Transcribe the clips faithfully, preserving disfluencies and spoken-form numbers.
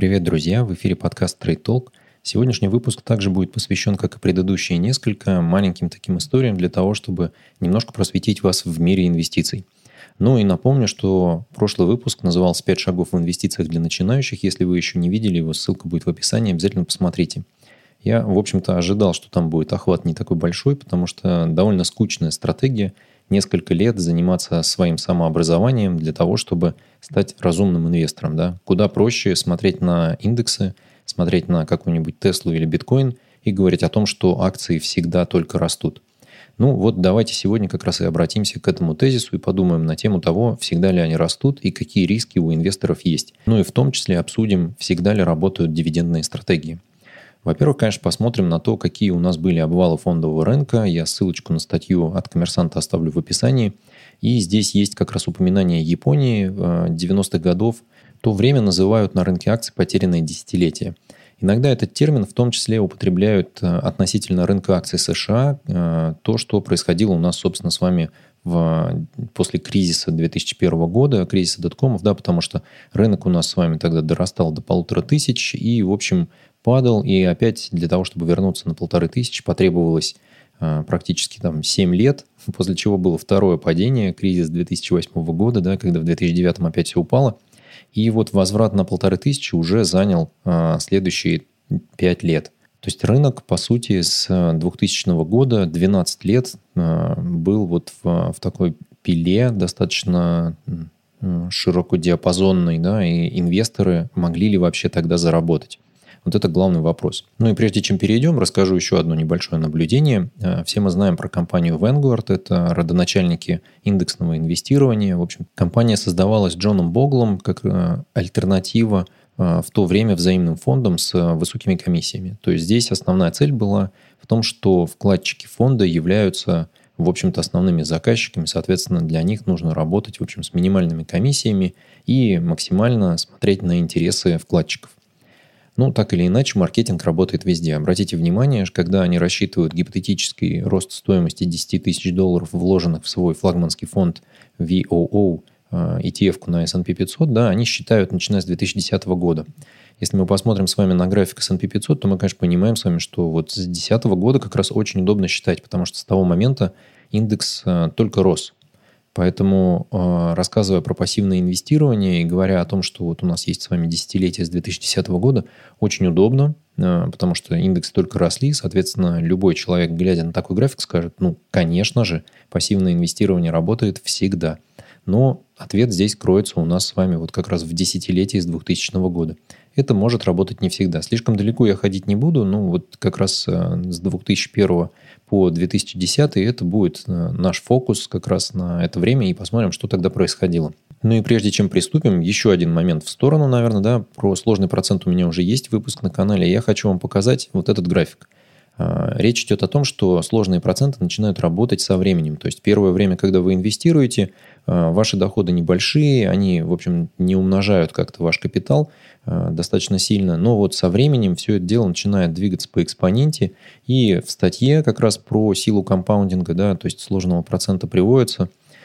Привет, друзья! В эфире подкаст Trade Talk. Сегодняшний выпуск также будет посвящен, как и предыдущие несколько, маленьким таким историям для того, чтобы немножко просветить вас в мире инвестиций. Ну и напомню, что прошлый выпуск назывался «пять шагов в инвестициях для начинающих». Если вы еще не видели его, ссылка будет в описании, обязательно посмотрите. Я, в общем-то, ожидал, что там будет охват не такой большой, потому что довольно скучная стратегия несколько лет заниматься своим самообразованием для того, чтобы стать разумным инвестором. Да? Куда проще смотреть на индексы, смотреть на какую-нибудь Теслу или биткоин и говорить о том, что акции всегда только растут. Ну вот давайте сегодня как раз и обратимся к этому тезису и подумаем на тему того, всегда ли они растут и какие риски у инвесторов есть. Ну и в том числе обсудим, всегда ли работают дивидендные стратегии. Во-первых, конечно, посмотрим на то, какие у нас были обвалы фондового рынка. Я ссылочку на статью от «Коммерсанта» оставлю в описании. И здесь есть как раз упоминание Японии девяностых годов. То время называют на рынке акций потерянное десятилетие. Иногда этот термин в том числе употребляют относительно рынка акций США. То, что происходило у нас, собственно, с вами в, после кризиса две тысячи первого года, кризиса доткомов, да, потому что рынок у нас с вами тогда дорастал до полутора тысяч и, в общем, падал. И опять для того, чтобы вернуться на полторы тысячи, потребовалось а, практически там семь лет, после чего было второе падение, кризис две тысячи восьмого года, да, когда в две тысячи девятом опять все упало. И вот возврат на полторы тысячи уже занял а, следующие пять лет. То есть рынок, по сути, с двухтысячного года двенадцать лет а, был вот в, в такой пиле достаточно широкодиапазонной, да, и инвесторы могли ли вообще тогда заработать? Вот это главный вопрос. Ну и прежде чем перейдем, расскажу еще одно небольшое наблюдение. Все мы знаем про компанию Vanguard. Это родоначальники индексного инвестирования. В общем, компания создавалась Джоном Боглом как альтернатива в то время взаимным фондам с высокими комиссиями. То есть здесь основная цель была в том, что вкладчики фонда являются, в общем-то, основными заказчиками. Соответственно, для них нужно работать, в общем, с минимальными комиссиями и максимально смотреть на интересы вкладчиков. Ну, так или иначе, маркетинг работает везде. Обратите внимание, когда они рассчитывают гипотетический рост стоимости десять тысяч долларов, вложенных в свой флагманский фонд ви о о, и ти эф-ку на эс энд пи пятьсот, да, они считают, начиная с две тысячи десятого года. Если мы посмотрим с вами на график эс энд пи пятьсот, то мы, конечно, понимаем с вами, что вот с две тысячи десятого года как раз очень удобно считать, потому что с того момента индекс только рос. Поэтому, рассказывая про пассивное инвестирование и говоря о том, что вот у нас есть с вами десятилетие с две тысячи десятого года, очень удобно, потому что индексы только росли. Соответственно, любой человек, глядя на такой график, скажет, ну, конечно же, пассивное инвестирование работает всегда. Но ответ здесь кроется у нас с вами вот как раз в десятилетии с двухтысячного года. Это может работать не всегда. Слишком далеко я ходить не буду, но вот как раз с две тысячи первого по две тысячи десятый это будет наш фокус как раз на это время, и посмотрим, что тогда происходило. Ну и прежде чем приступим, еще один момент в сторону, наверное, да, про сложный процент у меня уже есть выпуск на канале, я хочу вам показать вот этот график. Речь идет о том, что сложные проценты начинают работать со временем. То есть первое время, когда вы инвестируете, ваши доходы небольшие, они, в общем, не умножают как-то ваш капитал достаточно сильно. Но вот со временем все это дело начинает двигаться по экспоненте. И в статье как раз про силу компаундинга, да, то есть сложного процента приводится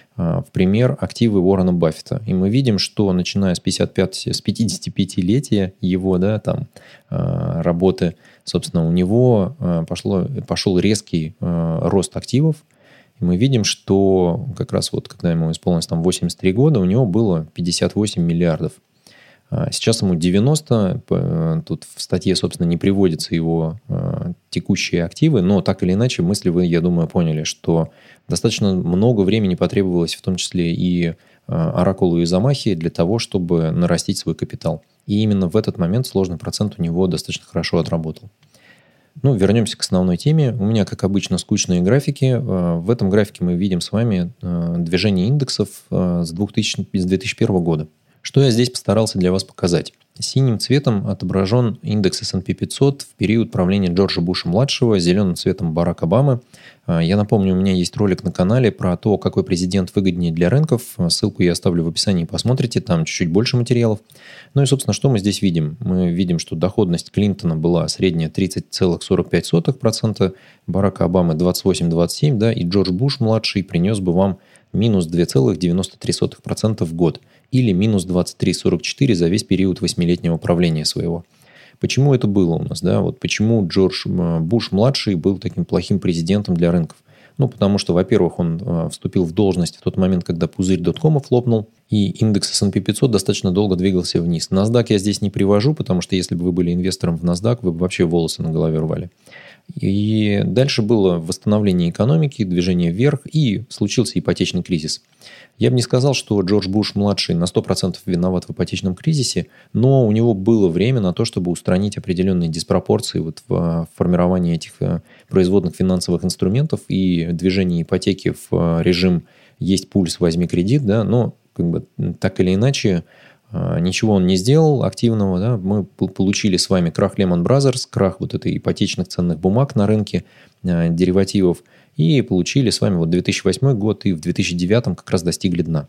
в пример активы Уоррена Баффета. И мы видим, что начиная с, пятьдесят пять, с пятидесятипятилетия его, да, там, работы, собственно, у него пошло, пошел резкий рост активов. И мы видим, что как раз вот когда ему исполнилось там восемьдесят три года, у него было пятьдесят восемь миллиардов. Сейчас ему девяносто, тут в статье, собственно, не приводятся его текущие активы, но так или иначе мысли вы, я думаю, поняли, что достаточно много времени потребовалось, в том числе и Оракулу и Замахи, для того, чтобы нарастить свой капитал. И именно в этот момент сложный процент у него достаточно хорошо отработал. Ну, вернемся к основной теме. У меня, как обычно, скучные графики. В этом графике мы видим с вами движение индексов с две тысячи первого года. Что я здесь постарался для вас показать? Синим цветом отображен индекс эс энд пи пятьсот в период правления Джорджа Буша-младшего, зеленым цветом Барак Обамы. Я напомню, у меня есть ролик на канале про то, какой президент выгоднее для рынков. Ссылку я оставлю в описании, посмотрите, там чуть-чуть больше материалов. Ну и, собственно, что мы здесь видим? Мы видим, что доходность Клинтона была средняя тридцать целых сорок пять сотых процента, Барака Обамы двадцать восемь - двадцать семь процентов, да, и Джордж Буш-младший принес бы вам минус два целых девяносто три сотых процента в год. или минус двадцать три целых сорок четыре сотых за весь период восьмилетнего правления своего. Почему это было у нас? Да? Вот почему Джордж Буш-младший был таким плохим президентом для рынков? Ну, потому что, во-первых, он э, вступил в должность в тот момент, когда пузырь доткомов лопнул, и индекс эс энд пи пятьсот достаточно долго двигался вниз. NASDAQ я здесь не привожу, потому что если бы вы были инвестором в NASDAQ, вы бы вообще волосы на голове рвали. И дальше было восстановление экономики, движение вверх, и случился ипотечный кризис. Я бы не сказал, что Джордж Буш-младший на сто процентов виноват в ипотечном кризисе, но у него было время на то, чтобы устранить определенные диспропорции вот в формировании этих производных финансовых инструментов и движение ипотеки в режим «есть пульс, возьми кредит». Да? Но как бы, так или иначе, ничего он не сделал активного. Да? Мы получили с вами крах Lehman Brothers, крах вот этой ипотечных ценных бумаг на рынке э, деривативов. И получили с вами вот две тысячи восьмой год и в две тысячи девятом как раз достигли дна.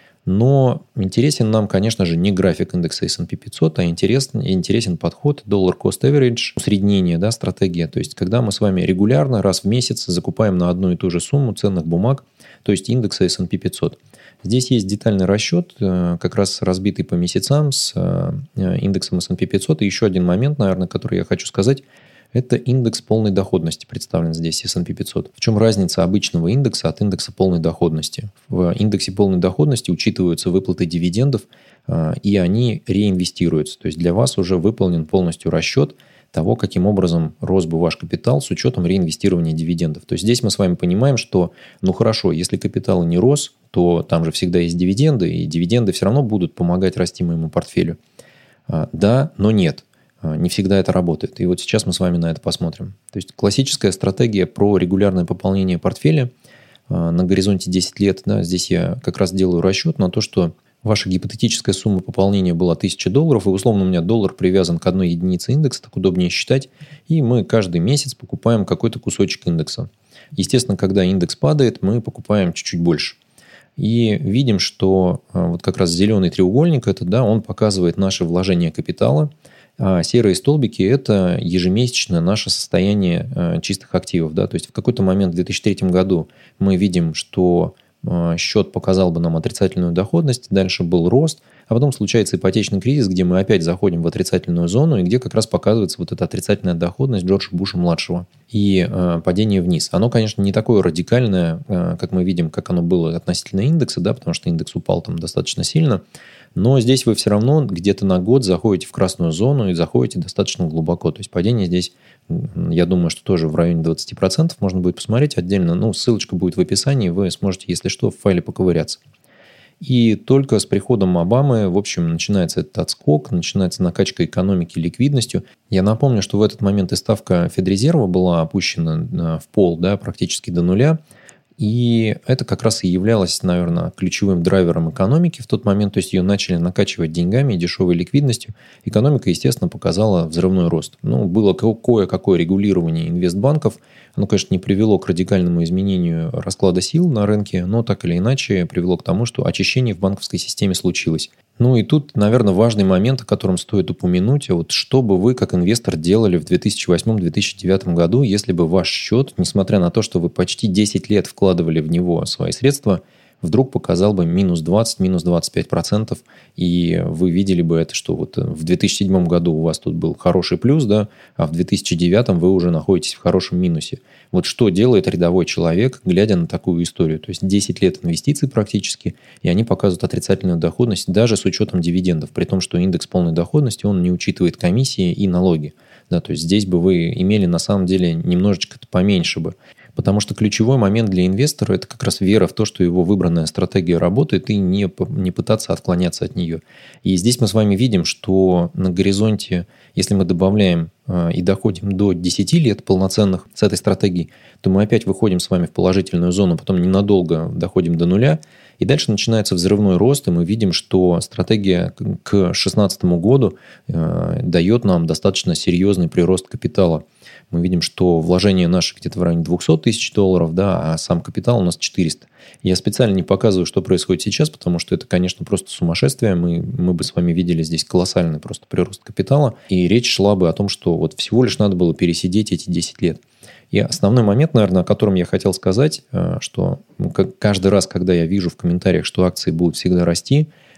Но интересен нам, конечно же, не график индекса эс энд пи пятьсот, а интересен, интересен подход Dollar Cost Average, усреднение, да, стратегия. То есть, когда мы с вами регулярно, раз в месяц закупаем на одну и ту же сумму ценных бумаг, то есть индекса эс энд пи пятьсот. Здесь есть детальный расчет, как раз разбитый по месяцам с индексом эс энд пи пятьсот. И еще один момент, наверное, который я хочу сказать, это индекс полной доходности представлен здесь, эс энд пи пятьсот. В чем разница обычного индекса от индекса полной доходности? В индексе полной доходности учитываются выплаты дивидендов, и они реинвестируются. То есть для вас уже выполнен полностью расчет того, каким образом рос бы ваш капитал с учетом реинвестирования дивидендов. То есть здесь мы с вами понимаем, что, ну хорошо, если капитал не рос, то там же всегда есть дивиденды, и дивиденды все равно будут помогать расти моему портфелю. Да, но нет. Не всегда это работает. И вот сейчас мы с вами на это посмотрим. То есть классическая стратегия про регулярное пополнение портфеля на горизонте десять лет. Да, здесь я как раз делаю расчет на то, что ваша гипотетическая сумма пополнения была тысяча долларов, и условно у меня доллар привязан к одной единице индекса, так удобнее считать, и мы каждый месяц покупаем какой-то кусочек индекса. Естественно, когда индекс падает, мы покупаем чуть-чуть больше. И видим, что вот как раз зеленый треугольник, это, да, он показывает наше вложение капитала, а серые столбики – это ежемесячное наше состояние чистых активов. Да? То есть в какой-то момент в две тысячи третьем году мы видим, что счет показал бы нам отрицательную доходность, дальше был рост, а потом случается ипотечный кризис, где мы опять заходим в отрицательную зону, и где как раз показывается вот эта отрицательная доходность Джорджа Буша-младшего и э, падение вниз. Оно, конечно, не такое радикальное, э, как мы видим, как оно было относительно индекса, да, потому что индекс упал там достаточно сильно, но здесь вы все равно где-то на год заходите в красную зону и заходите достаточно глубоко. То есть падение здесь, я думаю, что тоже в районе двадцать процентов можно будет посмотреть отдельно. Ну, ссылочка будет в описании, вы сможете, если что, в файле поковыряться. И только с приходом Обамы, в общем, начинается этот отскок, начинается накачка экономики ликвидностью. Я напомню, что в этот момент и ставка Федрезерва была опущена в пол, да, практически до нуля. И это как раз и являлось, наверное, ключевым драйвером экономики в тот момент. То есть ее начали накачивать деньгами и дешевой ликвидностью. Экономика, естественно, показала взрывной рост. Ну, было кое-какое регулирование инвестбанков. Оно, конечно, не привело к радикальному изменению расклада сил на рынке, но так или иначе привело к тому, что очищение в банковской системе случилось. Ну и тут, наверное, важный момент, о котором стоит упомянуть. А вот что бы вы, как инвестор, делали в две тысячи восьмом - две тысячи девятом году, если бы ваш счет, несмотря на то, что вы почти десять лет вкладывали в него свои средства, вдруг показал бы минус двадцать, минус двадцать пять процентов, и вы видели бы это, что вот в две тысячи седьмом году у вас тут был хороший плюс, да, а в две тысячи девятом вы уже находитесь в хорошем минусе. Вот что делает рядовой человек, глядя на такую историю? То есть десять лет инвестиций практически, и они показывают отрицательную доходность даже с учетом дивидендов, при том, что индекс полной доходности, он не учитывает комиссии и налоги. Да, то есть здесь бы вы имели на самом деле немножечко поменьше бы. Потому что ключевой момент для инвестора – это как раз вера в то, что его выбранная стратегия работает, и не, не пытаться отклоняться от нее. И здесь мы с вами видим, что на горизонте, если мы добавляем э, и доходим до десяти лет полноценных с этой стратегией, то мы опять выходим с вами в положительную зону, потом ненадолго доходим до нуля, и дальше начинается взрывной рост, и мы видим, что стратегия к две тысячи шестнадцатому году э, дает нам достаточно серьезный прирост капитала. Мы видим, что вложение наше где-то в районе двести тысяч долларов, да, а сам капитал у нас четыреста. Я специально не показываю, что происходит сейчас, потому что это, конечно, просто сумасшествие. Мы, мы бы с вами видели здесь колоссальный просто прирост капитала. И речь шла бы о том, что вот всего лишь надо было пересидеть эти десять лет. И основной момент, наверное, о котором я хотел сказать, что каждый раз, когда я вижу в комментариях, что акции будут всегда расти,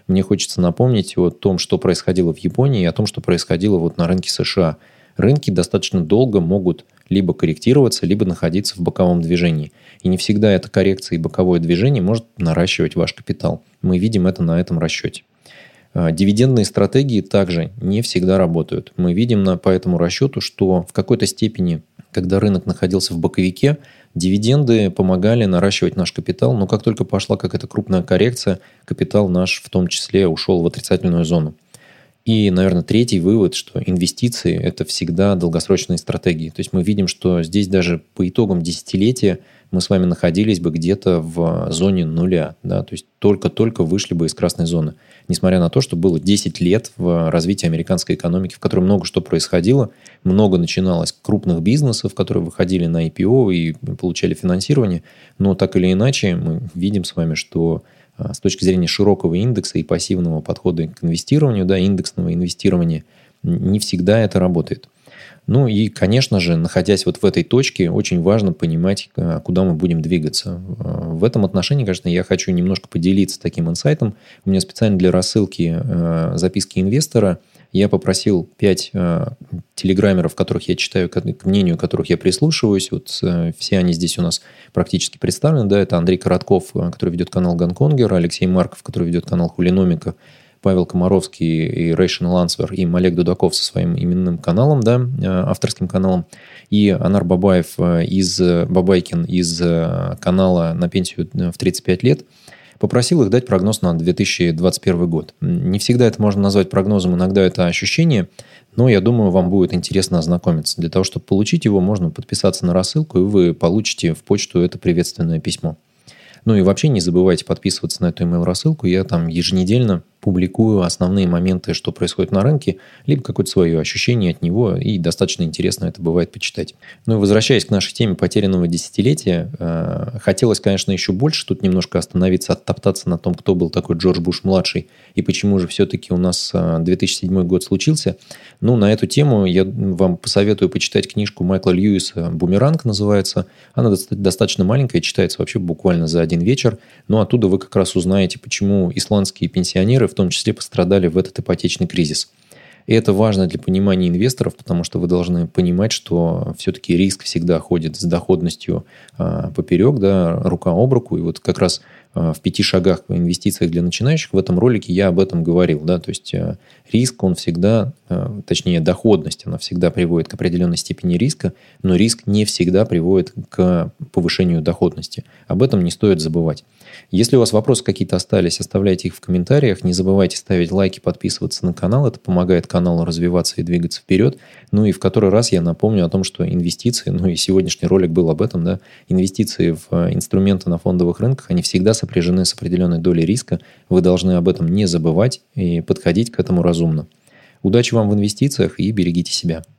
мне хочется напомнить о том, что происходило в Японии, и о том, что происходило вот на рынке США. Рынки достаточно долго могут либо корректироваться, либо находиться в боковом движении. И не всегда эта коррекция и боковое движение может наращивать ваш капитал. Мы видим это на этом расчете. Дивидендные стратегии также не всегда работают. Мы видим на, по этому расчету, что в какой-то степени, когда рынок находился в боковике, дивиденды помогали наращивать наш капитал, но как только пошла какая-то крупная коррекция, капитал наш в том числе ушел в отрицательную зону. И, наверное, третий вывод, что инвестиции – это всегда долгосрочные стратегии. То есть мы видим, что здесь даже по итогам десятилетия мы с вами находились бы где-то в зоне нуля. Да? То есть только-только вышли бы из красной зоны. Несмотря на то, что было десять лет в развитии американской экономики, в которой много что происходило, много начиналось крупных бизнесов, которые выходили на ай пи о и получали финансирование. Но так или иначе мы видим с вами, что с точки зрения широкого индекса и пассивного подхода к инвестированию, да, индексного инвестирования, не всегда это работает. Ну и, конечно же, находясь вот в этой точке, очень важно понимать, куда мы будем двигаться. В этом отношении, конечно, я хочу немножко поделиться таким инсайтом. У меня специально для рассылки записки инвестора я попросил пять телеграммеров, которых я читаю, к мнению которых я прислушиваюсь. Вот все они здесь у нас практически представлены. Да, это Андрей Коротков, который ведет канал Гонконгер, Алексей Марков, который ведет канал Хулиномика, Павел Комаровский и Rational Answer, и Олег Дудаков со своим именным каналом, да, авторским каналом, и Анар Бабаев из Бабайкин из канала «На пенсию в тридцать пять лет». Попросил их дать прогноз на две тысячи двадцать первый год. Не всегда это можно назвать прогнозом, иногда это ощущение, но я думаю, вам будет интересно ознакомиться. Для того, чтобы получить его, можно подписаться на рассылку, и вы получите в почту это приветственное письмо. Ну и вообще не забывайте подписываться на эту email-рассылку. Я там еженедельно публикую основные моменты, что происходит на рынке, либо какое-то свое ощущение от него, и достаточно интересно это бывает почитать. Ну и возвращаясь к нашей теме потерянного десятилетия, э, хотелось, конечно, еще больше тут немножко остановиться, оттоптаться на том, кто был такой Джордж Буш-младший, и почему же все-таки у нас две тысячи седьмой год случился. Ну, на эту тему я вам посоветую почитать книжку Майкла Льюиса «Бумеранг» называется. Она достаточно маленькая, читается вообще буквально за один вечер, но оттуда вы как раз узнаете, почему исландские пенсионеры в том числе пострадали в этот ипотечный кризис. И это важно для понимания инвесторов, потому что вы должны понимать, что все-таки риск всегда ходит с доходностью э, поперек, да, рука об руку. И вот как раз э, в пяти шагах в инвестициях для начинающих в этом ролике я об этом говорил. Да, то есть э, риск, он всегда, э, точнее доходность, она всегда приводит к определенной степени риска, но риск не всегда приводит к повышению доходности. Об этом не стоит забывать. Если у вас вопросы какие-то остались, оставляйте их в комментариях. Не забывайте ставить лайки, подписываться на канал. Это помогает каналу развиваться и двигаться вперед. Ну и в который раз я напомню о том, что инвестиции, ну и сегодняшний ролик был об этом, да, инвестиции в инструменты на фондовых рынках, они всегда сопряжены с определенной долей риска. Вы должны об этом не забывать и подходить к этому разумно. Удачи вам в инвестициях и берегите себя.